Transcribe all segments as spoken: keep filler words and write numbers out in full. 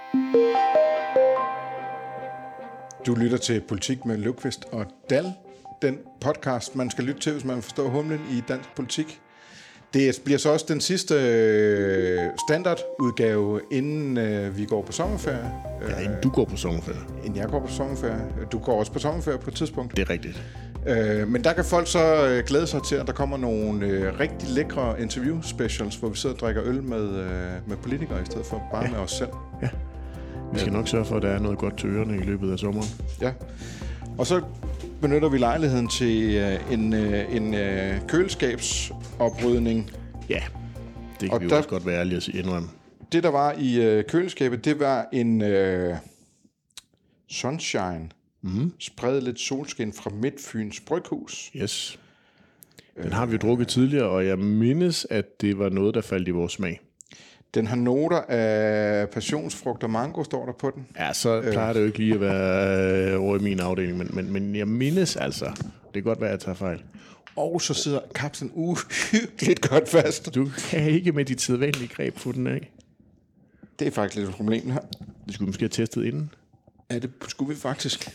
Du lytter til Politik med Løvqvist og Dahl, den podcast, man skal lytte til, hvis man forstår humlen i dansk politik. Det bliver så også den sidste standardudgave, inden øh, vi går på sommerferie. Ja, inden du går på sommerferie. Inden jeg går på sommerferie. Du går også på sommerferie på et tidspunkt. Det er rigtigt. Øh, men der kan folk så øh, glæde sig til, at der kommer nogle øh, rigtig lækre interview-specials, hvor vi sidder og drikker øl med, øh, med politikere, i stedet for bare ja. med os selv. Ja. Vi skal nok sørge for, at der er noget godt til ørerne i løbet af sommeren. Ja. Og så benytter vi lejligheden til øh, en, øh, en øh, køleskabsoprydning. Ja, det kan og vi jo der, også godt være ærlige at indrømme. Det, der var i øh, køleskabet, det var en øh, Sunshine. Mm-hmm. Spredt lidt solskin fra Midtfyns Bryghus. Yes. Den har vi jo drukket tidligere, og jeg mindes, at det var noget, der faldt i vores smag. Den har noter af passionsfrugt og mango, står der på den. Ja, så plejer øh. det jo ikke lige at være over i min afdeling, men, men, men jeg mindes altså, det kan godt være, at jeg tager fejl. Og så sidder kapslen uhyggeligt godt fast. Du kan ikke med dit sædvanlige greb få den af. Det er faktisk lidt et problem her. Det skulle vi måske have testet inden. Ja, det skulle vi faktisk.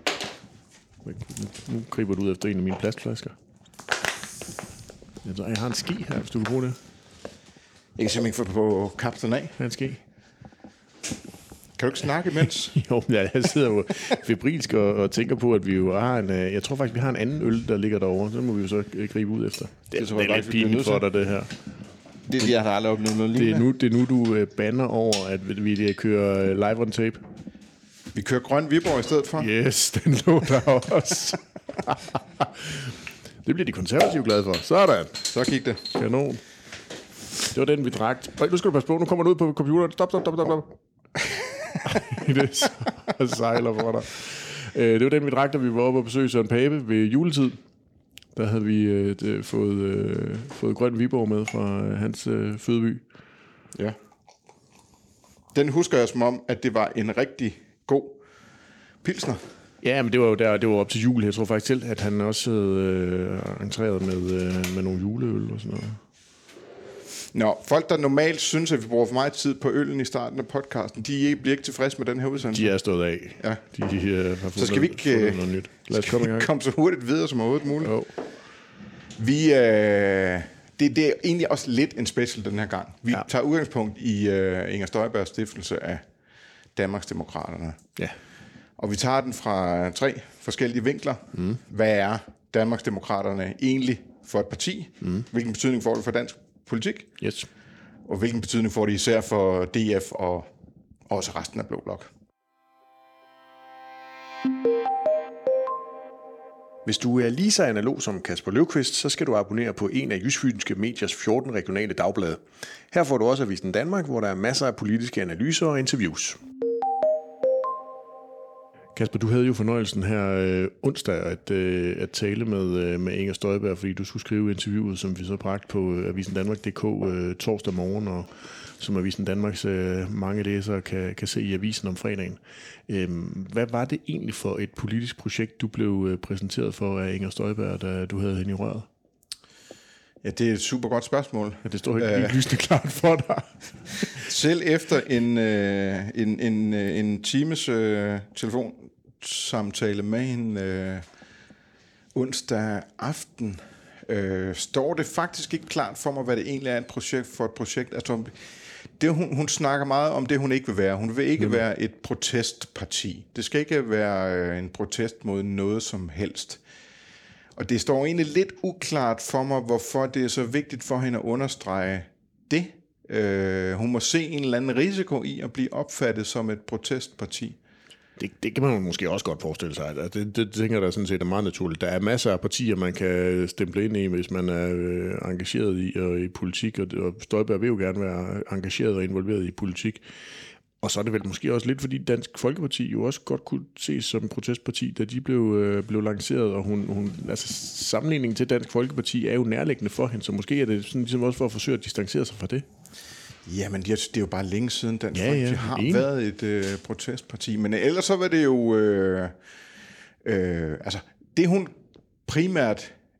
Nu griber du ud efter en af mine plastflasker. Jeg har en ski her, hvis du vil bruge det. Jeg kan simpelthen få på kapslen af. En ski. Kan du ikke snakke imens? Jo, jeg sidder jo febrilsk og, og tænker på, at vi jo har en... Jeg tror faktisk, vi har en anden øl, der ligger derovre. Så må vi jo så gribe ud efter. Det, det, det er lidt pinligt for dig, det her. Det er det, jeg har aldrig oplevet noget lignende. Det er nu, det er nu du banner over, at vi kører live on tape. Vi kører grøn Viborg i stedet for. Yes, den lå der også. Det bliver de konservative glade for. Sådan. Så gik det. Kanon. Det var den, vi drak. Øj, nu skal du passe på. Nu kommer du ud på computeren. Stop, stop, stop, stop, stop. Det så sejler for dig. Det var den, vi drak, da vi var oppe og besøgte Søren Pape ved juletid. Der havde vi øh, fået, øh, fået grøn Viborg med fra øh, hans øh, fødeby. Ja. Den husker jeg som om, at det var en rigtig god pilsner. Ja, men det var jo der, det var op til jul. Jeg tror faktisk selv, at han også havde øh, entreret med, øh, med nogle juleøl og sådan noget. Nå, folk, der normalt synes, at vi bruger for meget tid på øllen i starten af podcasten, de bliver ikke tilfredse med den her udsendelse. De er stået af. Ja. De, de, de har fundet, så skal vi ikke noget nyt. Lad os komme, komme så hurtigt videre som overhovedet muligt. Jo. Vi, øh, det, det er egentlig også lidt en special den her gang. Vi ja. tager udgangspunkt i øh, Inger Støjbergs stiftelse af Danmarksdemokraterne. Ja. Og vi tager den fra tre forskellige vinkler. Mm. Hvad er Danmarksdemokraterne egentlig for et parti? Mm. Hvilken betydning får det for dansk politik? Yes. Og hvilken betydning får det især for D F og også resten af Blå Blok? Hvis du er lige så analog som Kasper Løvqvist, så skal du abonnere på en af Jysfynske Mediers fjorten regionale dagblade. Her får du også Avisen Danmark, hvor der er masser af politiske analyser og interviews. Kasper, du havde jo fornøjelsen her øh, onsdag at, øh, at tale med, øh, med Inger Støjberg, fordi du skulle skrive interviewet, som vi så bragte på øh, avisen danmark punktum d k øh, torsdag morgen, og som Avisen Danmarks øh, mange læsere kan, kan se i avisen om fredagen. Øh, hvad var det egentlig for et politisk projekt, du blev øh, præsenteret for af Inger Støjberg, da du havde hende i røret? Ja, det er et super godt spørgsmål. Ja, det står helt lysende klart for dig. Selv efter en, øh, en, en, en times øh, telefonsamtale med hende øh, onsdag aften, øh, står det faktisk ikke klart for mig, hvad det egentlig er et projekt for et projekt. Altså, det, hun, hun snakker meget om det, hun ikke vil være. Hun vil ikke mm. være et protestparti. Det skal ikke være øh, en protest mod noget som helst. Og det står egentlig lidt uklart for mig, hvorfor det er så vigtigt for hende at understrege det. Øh, hun må se en eller anden risiko i at blive opfattet som et protestparti. Det, det kan man måske også godt forestille sig. Altså, det, det tænker jeg sådan set er meget naturligt. Der er masser af partier, man kan stemple ind i, hvis man er øh, engageret i, og i politik, og, og Støjberg vil jo gerne være engageret og involveret i politik. Og så er det vel måske også lidt, fordi Dansk Folkeparti jo også godt kunne ses som et protestparti, da de blev, øh, blev lanceret, og hun, hun, altså, sammenligningen til Dansk Folkeparti er jo nærliggende for hende, så måske er det sådan, ligesom også for at forsøge at distancere sig fra det. Jamen, det er jo bare længe siden, Dansk ja, Folkeparti ja, har enig. været et øh, protestparti, men ellers så var det jo, øh, øh, altså, det hun primært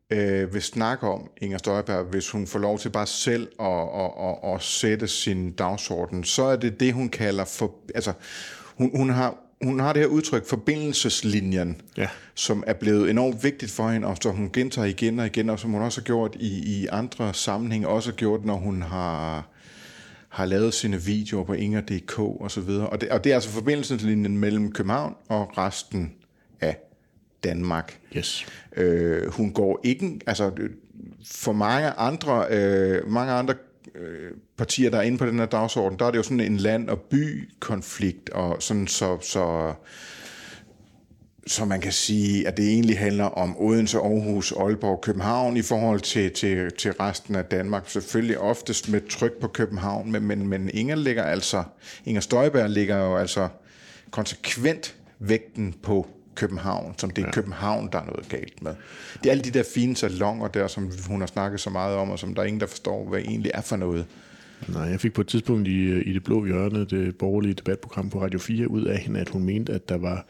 øh, vil snakke om, Inger Støjberg, hvis hun får lov til bare selv at, at, at, at sætte sin dagsorden, så er det det, hun kalder for... Altså, hun, hun har... Hun har det her udtryk, forbindelseslinjen, ja. Som er blevet enormt vigtigt for hende, og som hun gentager igen og igen, og som hun også har gjort i, i andre sammenhænge, også har gjort, når hun har, har lavet sine videoer på inger punktum d k og så videre. Og det, og det er altså forbindelseslinjen mellem København og resten af Danmark. Yes. Øh, hun går ikke... Altså, for mange andre, øh, mange andre partier, der er inde på den her dagsorden, der er det jo sådan en land- og by-konflikt, og sådan så, så, så man kan sige, at det egentlig handler om Odense, Aarhus, Aalborg, København i forhold til, til, til resten af Danmark. Selvfølgelig oftest med tryk på København, men, men, men Inger ligger altså, Inger Støjberg ligger jo altså konsekvent vægten på København, som det er ja. København, der er noget galt med. Det er alle de der fine salonger der, som hun har snakket så meget om, og som der er ingen, der forstår, hvad egentlig er for noget. Nej, jeg fik på et tidspunkt i, i det blå hjørne, det borgerlige debatprogram på Radio fire, ud af hende, at hun mente, at der var,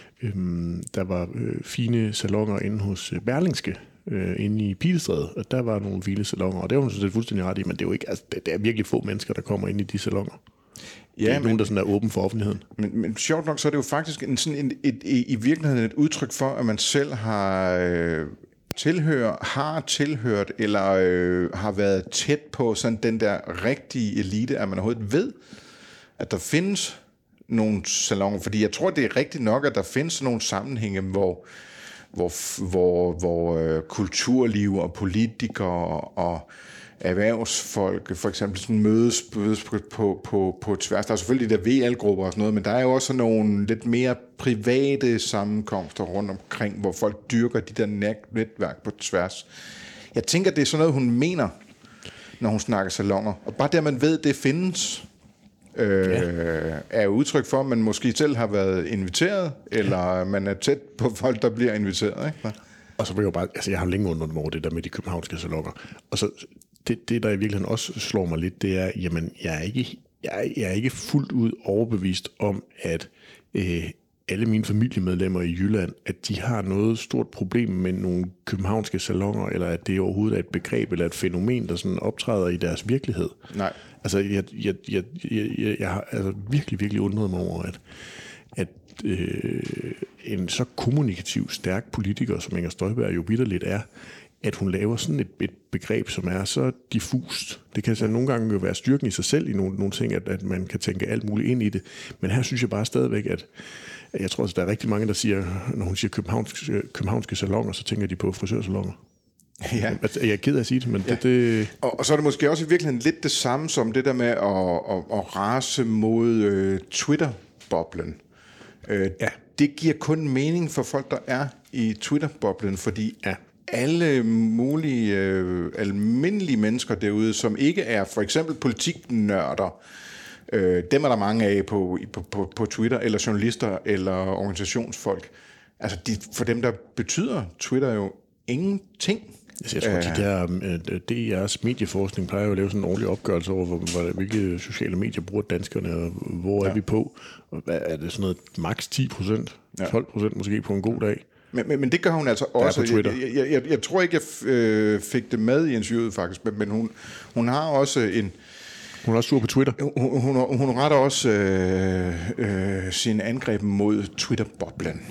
øhm, der var øh, fine salonger inde hos Berlingske, øh, inde i Pilestræde, og der var nogle fine salonger, og det var hun sådan fuldstændig ret i, men det er jo ikke, altså, det, det er virkelig få mennesker, der kommer ind i de salonger. Ja, det er men, nogen, der sådan er åben for offentligheden. Men, men sjovt nok, så er det jo faktisk en, sådan en, et, et, i virkeligheden et udtryk for, at man selv har øh, tilhører, har tilhørt, eller øh, har været tæt på sådan den der rigtige elite, at man overhovedet ved, at der findes nogle salonger. Fordi jeg tror, det er rigtigt nok, at der findes nogle sammenhænge, hvor, hvor, hvor, hvor øh, kulturliv og politikere og erhvervsfolk for eksempel sådan mødes, mødes på, på, på, på tværs. Der er selvfølgelig de der V L-grupper og sådan noget, men der er jo også nogle lidt mere private sammenkomster rundt omkring, hvor folk dyrker de der netværk på tværs. Jeg tænker, det er sådan noget, hun mener, når hun snakker salonger. Og bare der, man ved, det findes, øh, ja. er jo udtryk for, at man måske selv har været inviteret, eller ja. man er tæt på folk, der bliver inviteret. Ikke? Og så vil jeg bare, altså jeg har længe undret mig over det der med de københavnske salonger. Og så det, det der i virkeligheden også slår mig lidt, det er, jamen jeg er ikke, jeg er, jeg er ikke fuldt ud overbevist om, at øh, alle mine familiemedlemmer i Jylland, at de har noget stort problem med nogle københavnske salonger, eller at det overhovedet er et begreb eller et fænomen, der sådan optræder i deres virkelighed. Nej. Altså jeg, jeg, jeg, jeg, jeg, jeg har altså virkelig, virkelig undret mig over, at, at øh, en så kommunikativ, stærk politiker, som Inger Støjberg jo vitterligt er, at hun laver sådan et, et begreb, som er så diffust. Det kan så nogle gange jo være styrken i sig selv i nogle, nogle ting, at, at man kan tænke alt muligt ind i det. Men her synes jeg bare stadigvæk, at jeg tror, at der er rigtig mange, der siger, når hun siger københavnske, københavnske salonger, så tænker de på frisørsalonger. Ja. Jeg er ked af at sige det, men ja. det... det... Og, og så er det måske også i virkeligheden lidt det samme som det der med at, at, at rase mod øh, Twitter-boblen. Øh, ja. Det giver kun mening for folk, der er i Twitter-boblen, fordi ja. alle mulige øh, almindelige mennesker derude, som ikke er for eksempel politiknørder, øh, dem er der mange af på, på, på, på Twitter, eller journalister, eller organisationsfolk. Altså de, for dem, der betyder Twitter jo ingenting. Jeg tror, de der D R's medieforskning plejer jo at lave sådan en årlig opgørelse over, hvor, hvor, hvilke sociale medier bruger danskerne, og hvor ja. er vi på? Og hvad er det sådan noget maks ti procent, tolv procent måske på en god dag? Men, men, men det gør hun altså også. Jeg, jeg, jeg, jeg tror ikke, jeg øh, fik det med i interviewet faktisk, men, men hun, hun har også en... Hun er også sur på Twitter. Hun, hun, hun retter også øh, øh, sine angreb mod Twitter-boblen.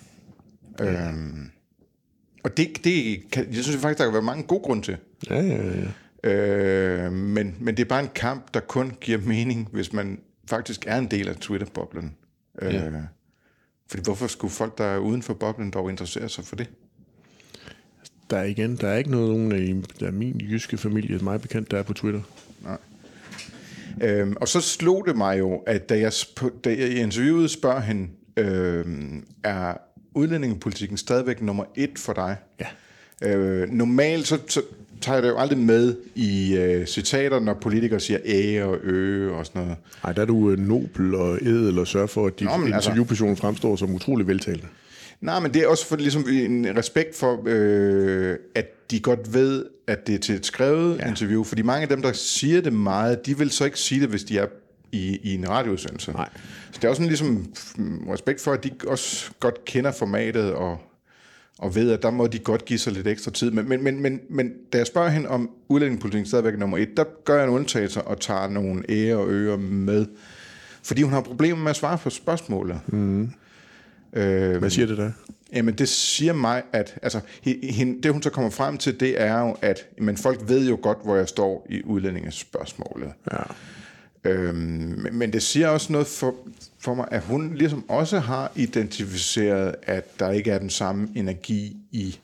Ja. Øhm, og det, det kan, jeg synes faktisk, der kan være mange gode grunde til. Ja, ja, ja. Øh, men, men det er bare en kamp, der kun giver mening, hvis man faktisk er en del af Twitter-boblen. Øh, ja. Fordi hvorfor skulle folk, der er uden for boblen, dog interessere sig for det? Der er igen, der er ikke noget, nogen af min jyske familie, mig bekendt, der er på Twitter. Nej. Øhm, og så slog det mig jo, at da jeg, da jeg i interviewet spørger hende, øhm, er udlændingepolitikken stadigvæk nummer et for dig? Ja. Øh, normalt så, så tager jeg det jo aldrig med i øh, citater, når politikere siger æ og ø og sådan noget. Nej, der er du øh, nobel og ædel og sørger for, at de interviewpersoner altså, fremstår som utrolig veltalende. Nej, men det er også for ligesom en respekt for, øh, at de godt ved, at det er til et skrevet ja. interview. Fordi mange af dem, der siger det meget, de vil så ikke sige det, hvis de er i, i en radioudsendelse. Nej. Så det er også en ligesom respekt for, at de også godt kender formatet og, og ved, at der må de godt give sig lidt ekstra tid. Men, men, men, men, men da jeg spørger hende om udlændingepolitikken stadigvæk er nummer et, der gør jeg en undtagelse og tager nogle ære og ører med. Fordi hun har problemer med at svare på spørgsmålet. Mm. Øh, Hvad siger det der? Jamen det siger mig, at altså, hende, det hun så kommer frem til, det er jo, at men folk ved jo godt, hvor jeg står i udlændingespørgsmålet. Ja. Øhm, men det siger også noget for, for mig, at hun ligesom også har identificeret, at der ikke er den samme energi i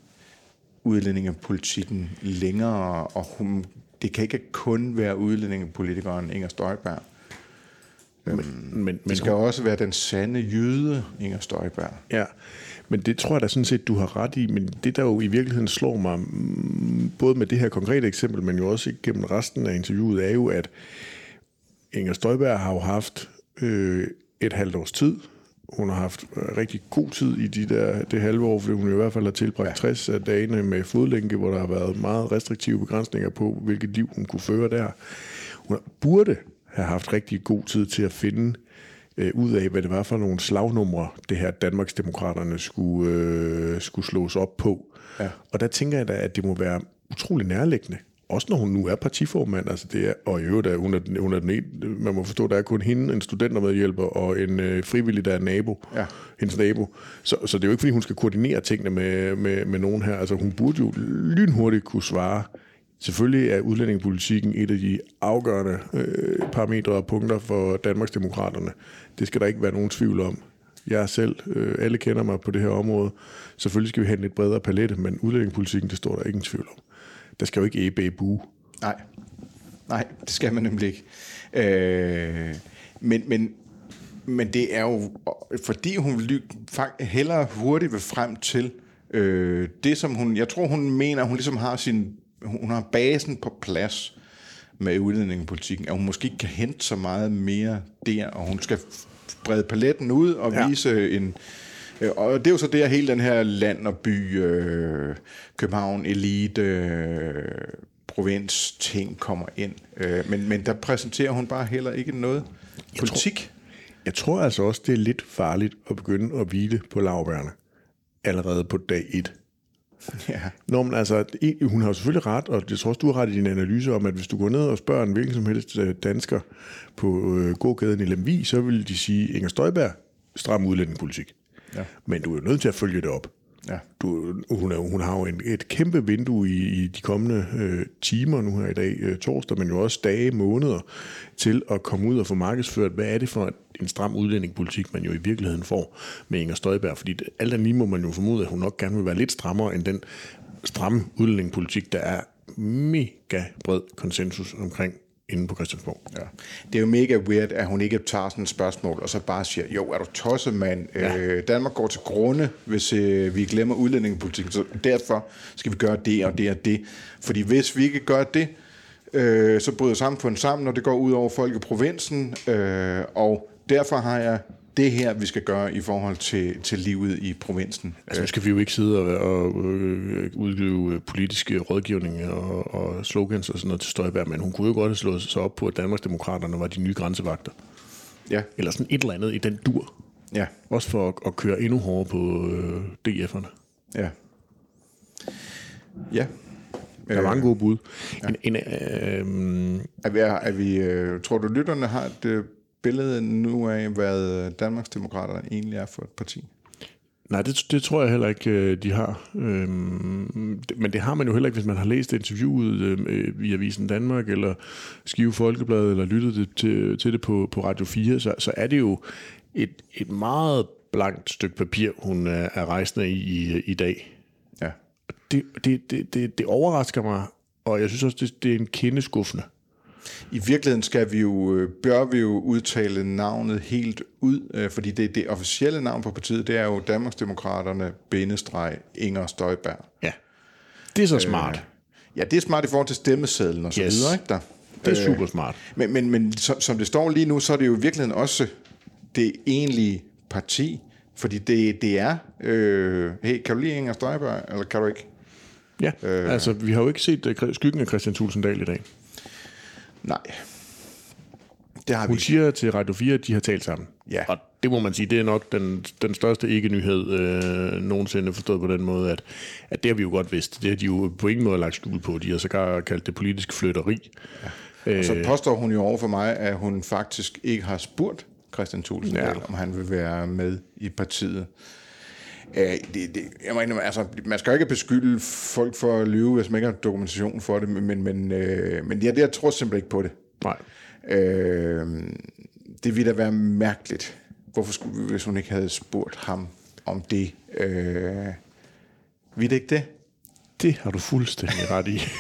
udlændingepolitikken længere, og hun, det kan ikke kun være udlændingepolitikeren Inger Støjberg. Men, øhm, men, det skal hun... også være den sande jyde Inger Støjberg. Ja, men det tror jeg da sådan set, du har ret i, men det der jo i virkeligheden slår mig, både med det her konkrete eksempel, men jo også gennem resten af interviewet, er jo, at Inger Støjberg har jo haft øh, et halvt års tid. Hun har haft øh, rigtig god tid i de der, det halve år, fordi hun i hvert fald har tilbragt ja. tres af dagene med fodlænke, hvor der har været meget restriktive begrænsninger på, hvilket liv hun kunne føre der. Hun burde have haft rigtig god tid til at finde øh, ud af, hvad det var for nogle slagnumre, det her Danmarksdemokraterne skulle, øh, skulle slås op på. Ja. Og der tænker jeg da, at det må være utrolig nærliggende. Også når hun nu er partiformand, altså det er, og i øvrigt er hun, er, hun er den ene, man må forstå, der er kun hende, en studentermedhjælper og en øh, frivillig, der er nabo, ja. hendes nabo. Så, så det er jo ikke, fordi hun skal koordinere tingene med, med, med nogen her. Altså hun burde jo lynhurtigt kunne svare. Selvfølgelig er udlændingepolitikken et af de afgørende øh, parametre og punkter for Danmarksdemokraterne. Det skal der ikke være nogen tvivl om. Jeg er selv, øh, alle kender mig på det her område. Selvfølgelig skal vi have en lidt bredere palette, men udlændingepolitikken, det står der ingen tvivl om. Der skal jo ikke æbe-bu. Nej, nej, det skal man nemlig ikke. Øh, men, men, men det er jo, fordi hun hellere hurtigt vil frem til øh, det, som hun, jeg tror, hun mener, hun ligesom har sin, hun har basen på plads med udlændingepolitikken, at hun måske ikke kan hente så meget mere der, og hun skal brede paletten ud og ja. vise en... Og det er jo så der, hele den her land og by, øh, København, elite, øh, provins ting kommer ind. Øh, men, men der præsenterer hun bare heller ikke noget politik. Jeg tror, jeg tror altså også, det er lidt farligt at begynde at hvile på laurbærrene allerede på dag et. Ja. Nå, men altså, hun har jo selvfølgelig ret, og jeg tror også, du har ret i din analyse om, at hvis du går ned og spørger en hvilken som helst dansker på øh, gågaden i Lemvig, så vil de sige, Inger Støjberg, stram udlændingepolitik. Ja. Men du er jo nødt til at følge det op. Ja. Du, hun, er, hun har jo en, et kæmpe vindue i, i de kommende øh, timer nu her i dag, øh, torsdag, men jo også dage, måneder, til at komme ud og få markedsført, hvad er det for en stram udlændingepolitik, man jo i virkeligheden får med Inger Støjberg. Fordi det, alt andet lige må man jo formode, at hun nok gerne vil være lidt strammere end den stramme udlændingepolitik, der er mega bred konsensus omkring inde på Christiansborg. Ja. Det er jo mega weird, at hun ikke tager sådan et spørgsmål, og så bare siger, jo, er du tosset, mand? Ja. Øh, Danmark går til grunde, hvis øh, vi glemmer udlændingepolitikken, så derfor skal vi gøre det og det og det. Fordi hvis vi ikke gør det, øh, så bryder samfundet sammen, når det går ud over folk i provinsen, øh, og derfor har jeg det her, vi skal gøre i forhold til, til livet i provinsen. Altså, nu skal vi jo ikke sidde og, og øh, udgive politiske rådgivninger og, og slogans og sådan noget til Støjberg, men hun kunne jo godt have slået sig op på, at Danmarksdemokraterne var de nye grænsevagter. Ja. Eller sådan et eller andet i den dur. Ja. Også for at, at køre endnu hårdere på øh, D F'erne. Ja. Ja. Der er mange gode bud. Ja. En, en, øh, er vi, er vi, øh, tror du, lytterne har et øh, billede nu af, hvad Danmarksdemokraterne egentlig er for et parti? Nej, det, det tror jeg heller ikke, de har. Øhm, men det har man jo heller ikke, hvis man har læst interviewet øh, i Avisen Danmark, eller Skive Folkeblad, eller lyttet det, til, til det på, på Radio fire, så, så er det jo et, et meget blankt stykke papir, hun er, er rejsende i, i i dag. Ja. Det, det, det, det, det overrasker mig, og jeg synes også, det, det er en kende skuffende. I virkeligheden skal vi jo, bør vi jo udtale navnet helt ud, fordi det, det officielle navn på partiet, det er jo Danmarksdemokraterne bindestreg Inger Støjberg. Ja, det er så smart. Øh, ja, det er smart i forhold til stemmesedlen og så yes. videre, ikke der? Det er super smart. Øh, men men, men som, som det står lige nu, så er det jo i virkeligheden også det egentlige parti, fordi det, det er, øh, hey, kan du lide Inger Støjberg, eller kan du ikke? Ja, øh, altså vi har jo ikke set skyggen af Kristian Thulesen Dahl i dag. Nej, det har Hun vi. siger til Radio fire, at de har talt sammen. Ja. Og det må man sige, det er nok den, den største ikke-nyhed øh, nogensinde forstået på den måde, at, at det har vi jo godt vidst. Det har de jo på ingen måde lagt skjul på. De har sågar kaldt det politisk flytteri. Ja. Og så påstår hun jo over for mig, at hun faktisk ikke har spurgt Kristian Thulesen Dahl, ja. om han vil være med i partiet. Uh, det, det, jeg mener, altså, man skal jo ikke beskylde folk for at lyve, hvis man ikke har dokumentation for det, men, men, uh, men jeg, jeg tror simpelthen ikke på det. Nej. Uh, det ville da være mærkeligt. Hvorfor skulle, hvis hun ikke havde spurgt ham om det? Uh, ville det ikke det? Det har du fuldstændig ret i.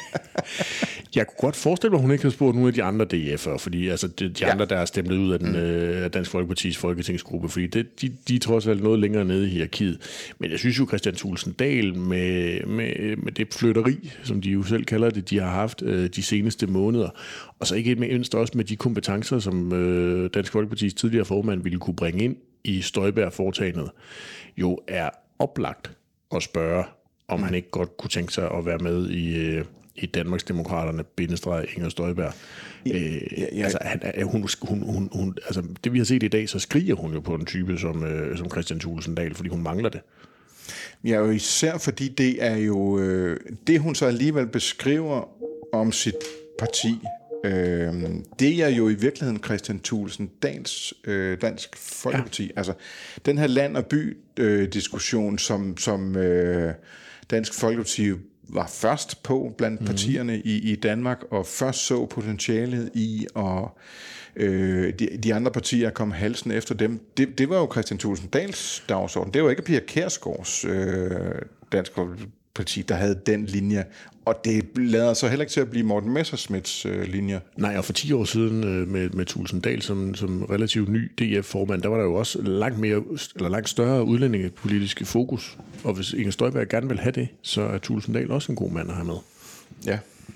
Jeg kunne godt forestille mig, at hun ikke har spurgt nogle af de andre D F'ere, fordi altså de, de ja. andre, der er stemt ud af den, mm. øh, Dansk Folkepartis folketingsgruppe, fordi det, de, de er trods alt noget længere nede i hierarkiet. Men jeg synes jo, Kristian Thulesen Dahl med, med, med det flytteri, som de jo selv kalder det, de har haft øh, de seneste måneder, og så ikke mindst også med de kompetencer, som øh, Dansk Folkepartis tidligere formand ville kunne bringe ind i Støjberg-foretagendet, jo er oplagt at spørge, om mm. han ikke godt kunne tænke sig at være med i... Øh, i Danmarksdemokraterne, bindestreg Inger Støjberg. Ja, ja, ja. Altså, han, hun, hun, hun, hun, altså, det vi har set i dag, så skriger hun jo på en type som, øh, som Kristian Thulesen Dahl, fordi hun mangler det. Ja, jo især fordi det er jo, øh, det hun så alligevel beskriver om sit parti, øh, det er jo i virkeligheden Kristian Thulesen Dahls øh, Dansk Folkeparti. Ja. Altså, den her land- og by-diskussion, øh, som, som øh, Dansk Folkeparti var først på blandt partierne mm. i, i Danmark, og først så potentialet i, og øh, de, de andre partier kom halsen efter dem. Det, det var jo Kristian Thulesen Dahls dagsorden. Det var ikke Pia Kjærsgaards øh, Dansk Folkeparti, der havde den linje. Og det lader så heller ikke til at blive Morten Messerschmidts øh, linje. Nej, og for ti år siden øh, med, med Thulesen Dahl som, som relativt ny D F-formand, der var der jo også langt, mere, eller langt større udlændingepolitiske fokus. Og hvis Inger Støjberg gerne vil have det, så er Thulesen Dahl også en god mand at have med. Ja.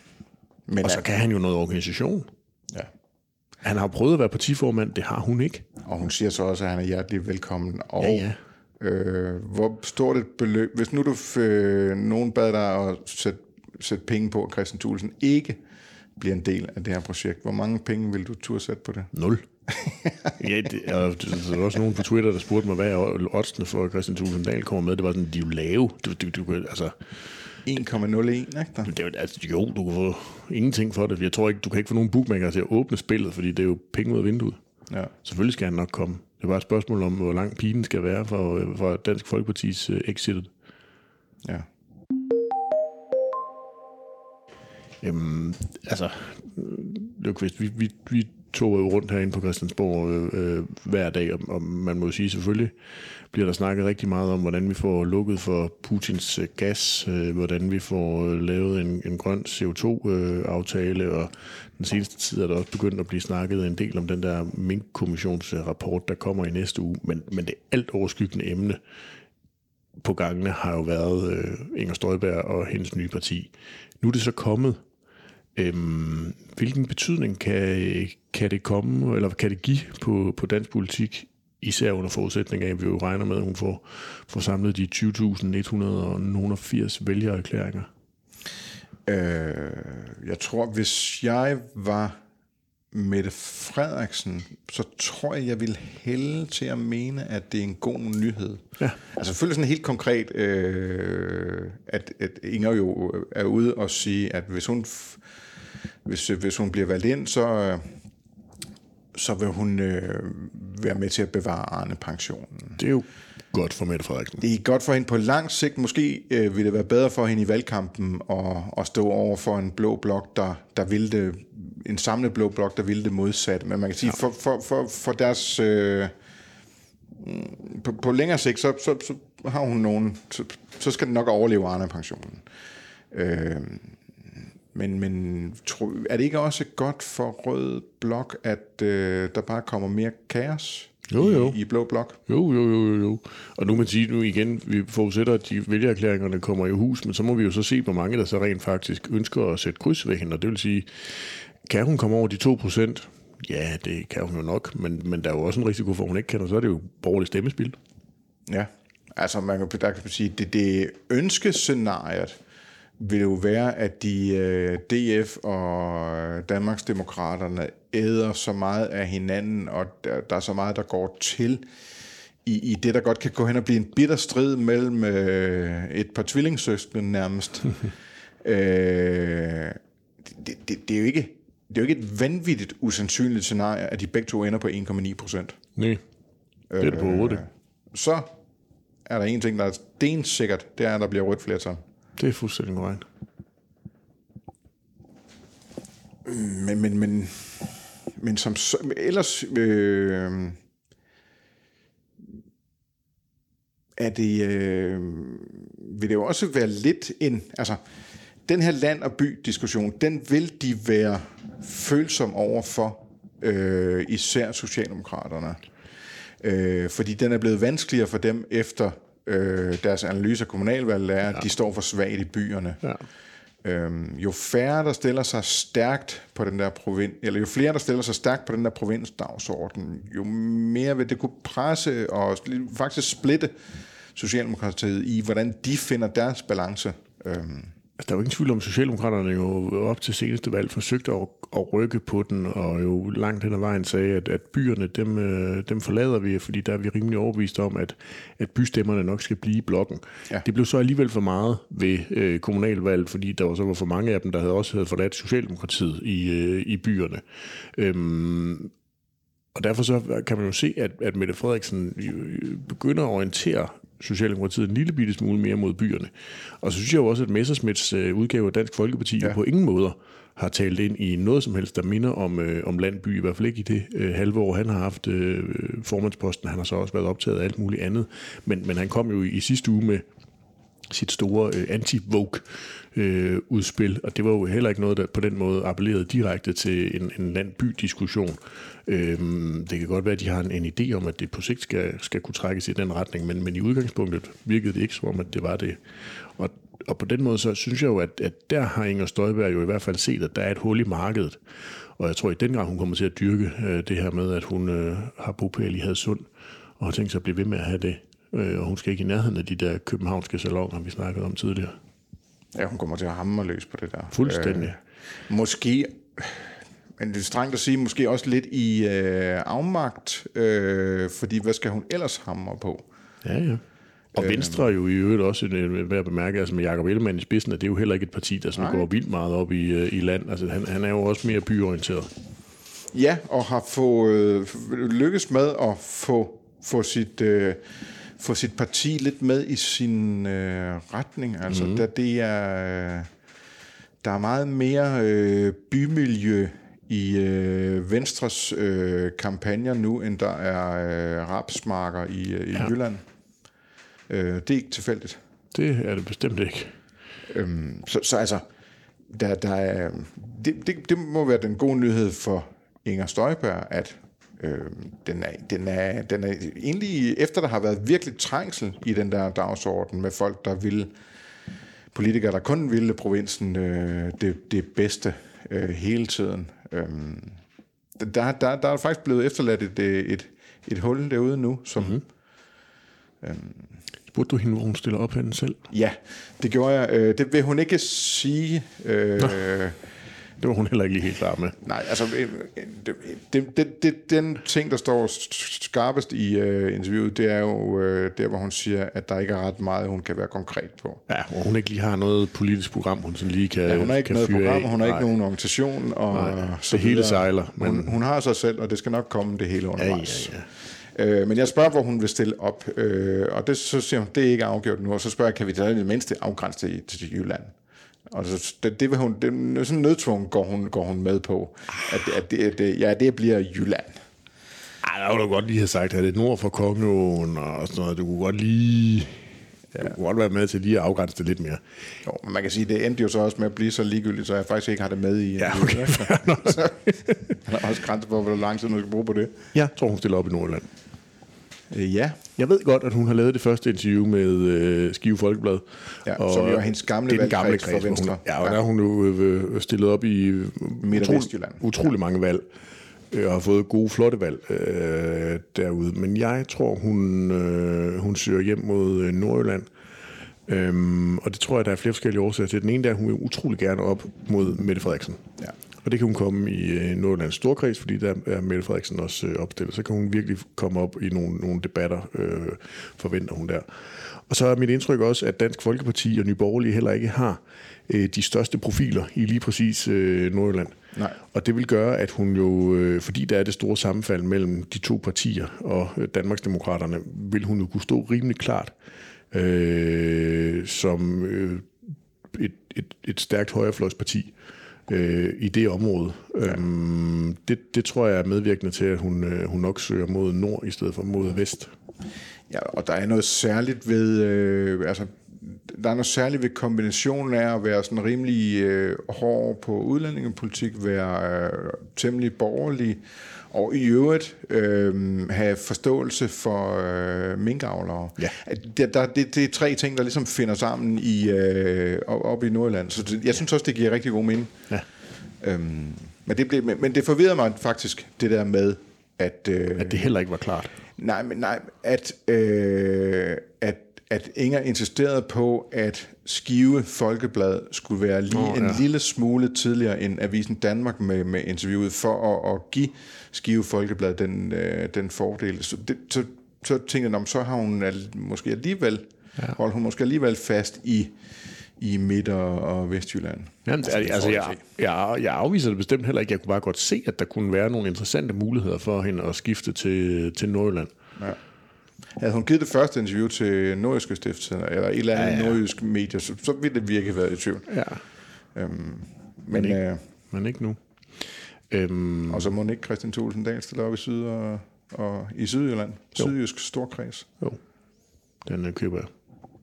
Men og så kan han jo noget organisation. Ja. Han har prøvet at være partiformand, det har hun ikke. Og hun siger så også, at han er hjertelig velkommen. Og ja, ja. Øh, hvor stort et beløb, hvis nu du øh, nogen bad dig at sætte, sætte penge på, at Kristian Thulesen ikke bliver en del af det her projekt, hvor mange penge vil du turde sætte på det? Nul. Ja, det, og der var også nogen på Twitter, der spurgte mig, hvad er oddsene for, at Kristian Thulesen Dahl kommer med? Det var sådan, de er jo lave. Du, du, du, altså, en komma nul en, ikke der? Det er, altså, jo, du kan få ingenting for det. Jeg tror ikke, du kan ikke få nogen bookmaker til at åbne spillet, fordi det er jo penge ud af vinduet. Ja. Selvfølgelig skal han nok komme. Det er bare et spørgsmål om, hvor lang pigen skal være for, for Dansk Folkepartis uh, exitet. Ja. Øhm, altså, Løvqvist, vi, vi, vi tog jo rundt herinde på Christiansborg øh, øh, hver dag, og, og man må jo sige, selvfølgelig bliver der snakket rigtig meget om, hvordan vi får lukket for Putins øh, gas, øh, hvordan vi får øh, lavet en, en grøn C O to aftale, og den seneste tid er der også begyndt at blive snakket en del om den der Mink-kommissionsrapport, der kommer i næste uge, men, men det alt overskyggende emne på gangene har jo været øh, Inger Støjberg og hendes nye parti. Nu er det så kommet. Øhm, hvilken betydning kan, kan det komme, eller kan det give på, på dansk politik, især under forudsætning af, at vi jo regner med, at hun får, får samlet de tyve tusind et hundrede og firs vælgererklæringer? Øh, jeg tror, hvis jeg var Mette Frederiksen, så tror jeg, jeg vil hælde til at mene, at det er en god nyhed. Ja. Altså selvfølgelig sådan helt konkret, øh, at, at Inger jo er ude og sige, at hvis hun, hvis, hvis hun bliver valgt ind, så, så vil hun øh, være med til at bevare Arne-pensionen. Det er jo godt for Mette Frederiksen. Det er godt for hende på lang sigt. Måske øh, vil det være bedre for hende i valgkampen at, at stå over for en blå blok, der, der vil det, en samlet blå blok, der vil det modsatte. Men man kan sige, ja. for, for, for, for deres... Øh, på, på længere sigt, så, så, så har hun nogen... Så, så skal den nok overleve Arne-pensionen. Øh, men men tro, er det ikke også godt for Rød Blok, at øh, der bare kommer mere kaos? Jo, jo. I, i blå blok. Jo, jo, jo, jo. Og nu kan man sige, nu igen, vi forudsætter, at de vælgererklæringerne kommer i hus, men så må vi jo så se, hvor mange der så rent faktisk ønsker at sætte kryds ved hende, og det vil sige, kan hun komme over de to procent? Ja, det kan hun jo nok, men, men der er jo også en risiko for, at hun ikke kan, og så er det jo borgerligt stemmespil. Ja, altså man kan, der kan man sige, det, det ønskescenariet vil jo være, at de øh, D F og Danmarksdemokraterne æder så meget af hinanden, og der, der er så meget, der går til i, i det, der godt kan gå hen og blive en bitter strid mellem øh, et par tvillingssøskende nærmest. øh, det, det, det, er jo ikke, det er jo ikke et vanvittigt usandsynligt scenarie, at de begge to ender på en komma ni procent. Nej, det er det på otte. Øh, så er der en ting, der er stensikkert, det er, at der bliver rødt flertal. Det er fuldstændig korrekt. Men, men, men, men som ellers øh, er det, øh, vil det jo også være lidt en, altså den her land- og by-diskussion, den vil de være følsom over for, øh, især Socialdemokraterne. Øh, fordi den er blevet vanskeligere for dem efter øh, deres analyse af kommunalvalget er, at ja. de står for svagt i byerne. Ja. Øhm, jo færre, der stiller sig stærkt på den der provins, eller jo flere, der stiller sig stærkt på den der provinsdagsorden, jo mere vil det kunne presse og faktisk splitte Socialdemokratiet i, hvordan de finder deres balance. Øhm. Altså, der er jo ingen tvivl om, Socialdemokraterne jo op til seneste valg forsøgte at, at rykke på den, og jo langt hen ad vejen sagde, at, at byerne, dem, dem forlader vi, fordi der er vi rimelig overbevist om, at, at bystemmerne nok skal blive i blokken. Ja. Det blev så alligevel for meget ved øh, kommunalvalget, fordi der var så var for mange af dem, der havde også havde forladt Socialdemokratiet i, øh, i byerne. Øhm, og derfor så kan man jo se, at, at Mette Frederiksen begynder at orientere Socialdemokratiet en lille bitte smule mere mod byerne. Og så synes jeg jo også, at Messerschmidts udgave af Dansk Folkeparti ja. på ingen måder har talt ind i noget som helst, der minder om, øh, om landby, i hvert fald ikke i det øh, halve år, han har haft øh, formandsposten. Han har så også været optaget af alt muligt andet. Men, men han kom jo i, i sidste uge med sit store øh, anti-Vogue-udspil, øh, og det var jo heller ikke noget, der på den måde appellerede direkte til en, en land-by-diskussion. Øhm, det kan godt være, at de har en, en idé om, at det på sigt skal, skal kunne trækkes i den retning, men, men i udgangspunktet virkede det ikke som om, at det var det. Og, og på den måde, så synes jeg jo, at, at der har Inger Støjberg jo i hvert fald set, at der er et hul i markedet. Og jeg tror i den grad, hun kommer til at dyrke øh, det her med, at hun øh, har bopæl i Hadsund, og har tænkt sig at blive ved med at have det. Øh, og hun skal ikke i nærheden af de der københavnske salonger, vi snakkede om tidligere. Ja, hun kommer til at hamre løs på det der. Fuldstændig. Øh, måske... Men det er strengt at sige, måske også lidt i øh, afmagt, øh, fordi hvad skal hun ellers hamre på? Ja, ja. Og Venstre er jo i øvrigt også værd at bemærke, altså med Jakob Ellemann i spidsen, at det er jo heller ikke et parti, der sådan går vildt meget op i, i land. Altså han, han er jo også mere byorienteret. Ja, og har fået øh, lykkes med at få, få, sit, øh, få sit parti lidt med i sin øh, retning. Altså mm-hmm. der, det er, der er meget mere øh, bymiljø i øh, Venstres øh, kampagner nu, end der er øh, rapsmarker i, øh, i ja. Jylland. Øh, det er ikke tilfældigt. Det er det bestemt ikke. Øhm, så, så altså, der, der er, det, det, det må være den gode nyhed for Inger Støjberg, at øh, den, er, den, er, den er egentlig, efter der har været virkelig trængsel i den der dagsorden med folk, der vil, politikere, der kun ville provinsen øh, det, det bedste øh, hele tiden. Øhm, der, der, der er faktisk blevet efterladt et, et, et hul derude nu, som... Mm-hmm. Øhm, Spurgte du hende, hvor hun stiller op henne selv? Ja, det gjorde jeg. Øh, det vil hun ikke sige. Øh, det var hun heller ikke lige helt klar med. Nej, altså, det, det, det, det, den ting, der står skarpest i uh, interviewet, det er jo uh, der, hvor hun siger, at der ikke er ret meget, hun kan være konkret på. Ja, og hun ikke lige har noget politisk program, hun sådan lige kan fyre af. Ja, hun har ikke noget program, hun har ikke nogen organisation. Og Nej, så det hele sejler. Men... Hun, hun har sig selv, og det skal nok komme det hele undervejs. Ja, ja, ja. Øh, men jeg spørger, hvor hun vil stille op, øh, og det, så siger hun, det er ikke afgjort nu, og så spørger jeg, kan vi da i det mindste afgrænse det til, til Jylland? Og så, det, det vil hun, det, sådan nødtvunget går hun, går hun med på, at, at, det, at det, ja, det bliver Jylland. Ej, der kunne du godt lige have sagt, at det er nord for Kongeåen og sådan noget, du kunne godt lige... Ja. Du kunne godt være med til lige at afgrænse det lidt mere. Jo, men man kan sige, det endte jo så også med at blive så ligegyldigt, så jeg faktisk ikke har det med i... Ja, okay. Så, der er også grænser for, hvor lang tid man skal bruge på det. Jeg tror, hun stiller op i Nordjylland. Øh, ja. Jeg ved godt, at hun har lavet det første interview med øh, Skive Folkeblad. Ja, og som jo er hendes gamle, det er den gamle kreds for Venstre. Hun, ja, og ja. Der har hun jo øh, stillet op i utrolig, utrolig ja. mange valg. Og har fået gode, flotte valg øh, derude. Men jeg tror, hun, øh, hun søger hjem mod øh, Nordjylland. Øhm, og det tror jeg, der er flere forskellige årsager til. Den ene der, hun vil utrolig gerne op mod Mette Frederiksen. Ja. Og det kan hun komme i øh, Nordjyllands Storkreds, fordi der er Mette Frederiksen også øh, opstillet. Så kan hun virkelig komme op i nogle, nogle debatter, øh, forventer hun der. Og så er mit indtryk også, at Dansk Folkeparti og Nye Borgerlige heller ikke har øh, de største profiler i lige præcis øh, Nordjylland. Nej. Og det vil gøre, at hun jo, øh, fordi der er det store sammenfald mellem de to partier og øh, Danmarksdemokraterne, vil hun jo kunne stå rimelig klart øh, som øh, et, et, et stærkt højrefløjsparti øh, i det område. Ja. Øhm, det, det tror jeg er medvirkende til, at hun, øh, hun nok søger mod nord i stedet for mod vest. Ja, og der er noget særligt ved, øh, altså, der er noget særligt ved kombinationen af at være sådan rimelig øh, hård på udlændingepolitik, være øh, temmelig borgerlig, og i øvrigt øh, have forståelse for øh, minkavlere. Ja. Det, der, det, det er tre ting, der ligesom finder sammen i, øh, op i Nordjylland. Så det, jeg synes også, det giver rigtig god mening. Ja. Øhm, men, det blev, men det forvirrede mig faktisk, det der med, at... Øh, at det heller ikke var klart. Nej, men nej, at, øh, at, at Inger insisterede på, at Skive Folkeblad skulle være lige oh, en ja. lille smule tidligere end Avisen Danmark med, med interviewet, for at, at give Skive Folkeblad den, øh, den fordel. Så, det, så, så tænkte jeg, så har hun måske alligevel, ja. holdt hun måske alligevel fast i, i Midt- og Vestjylland. Jamen, altså, altså jeg, jeg, jeg afviser det bestemt heller ikke. Jeg kunne bare godt se, at der kunne være nogle interessante muligheder for hende at skifte til, til Nordjylland. Ja. Havde hun givet det første interview til Nordjyske Stiftstidende, eller et eller andet ja, ja. nordjysk medie, så, så ville det virkelig være i tvivl. Ja. Øhm, men, men, ikke, øh, men ikke nu. Øhm, og så må ikke Christian Thulesen Dahl stille op i Syd- og, og i Sydjylland. Jo. Sydjysk Storkreds. Jo, den køber jeg.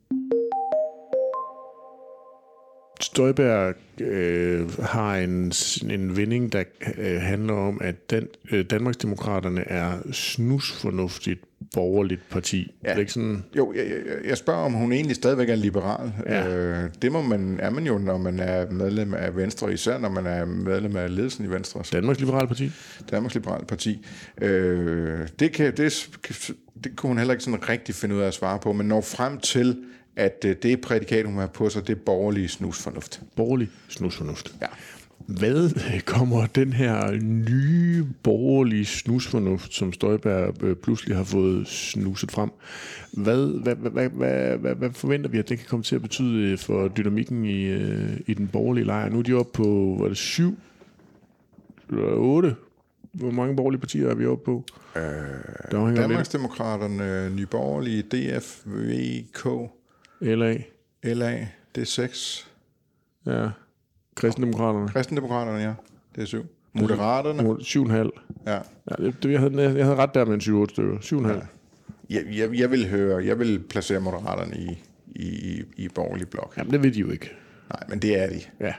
Støjberg øh, har en, en vending, der øh, handler om, at den, øh, Danmarksdemokraterne er snusfornuftigt borgerligt parti. Ja. Er det ikke sådan? Jo, jeg, jeg, jeg spørger, om hun egentlig stadigvæk er liberal. Ja. Øh, det må man, er man jo, når man er medlem af Venstre, især når man er medlem af ledelsen i Venstre. Danmarks Liberale Parti? Danmarks Liberale Parti. Øh, det, kan, det, det kunne hun heller ikke sådan rigtig finde ud af at svare på, men når frem til, at det prædikat, hun har på sig, det er borgerlig snusfornuft. Borgerlig snusfornuft. Ja. Hvad kommer den her nye borgerlige snusfornuft, som Støjberg pludselig har fået snuset frem, hvad, hvad, hvad, hvad, hvad, hvad forventer vi, at det kan komme til at betyde for dynamikken i, i den borgerlige lejr? Nu er de oppe på, hvad er det, syv eller otte? Hvor mange borgerlige partier er vi oppe på? Øh, Danmarksdemokraterne, Nye Borgerlige, D F, V K, L A. L A, det er seks. Ja. Kristendemokraterne. Kristendemokraterne, ja. Det er syv. Moderaterne. Syv og en halv. Ja. Ja det, det, jeg, havde, jeg havde ret der med en syv otte stykker. Syv og en halv. Jeg, jeg, jeg vil høre, jeg vil placere Moderaterne i, i, i, i borgerlig blok. Jamen, det ved de jo ikke. Nej, men det er de. Ja.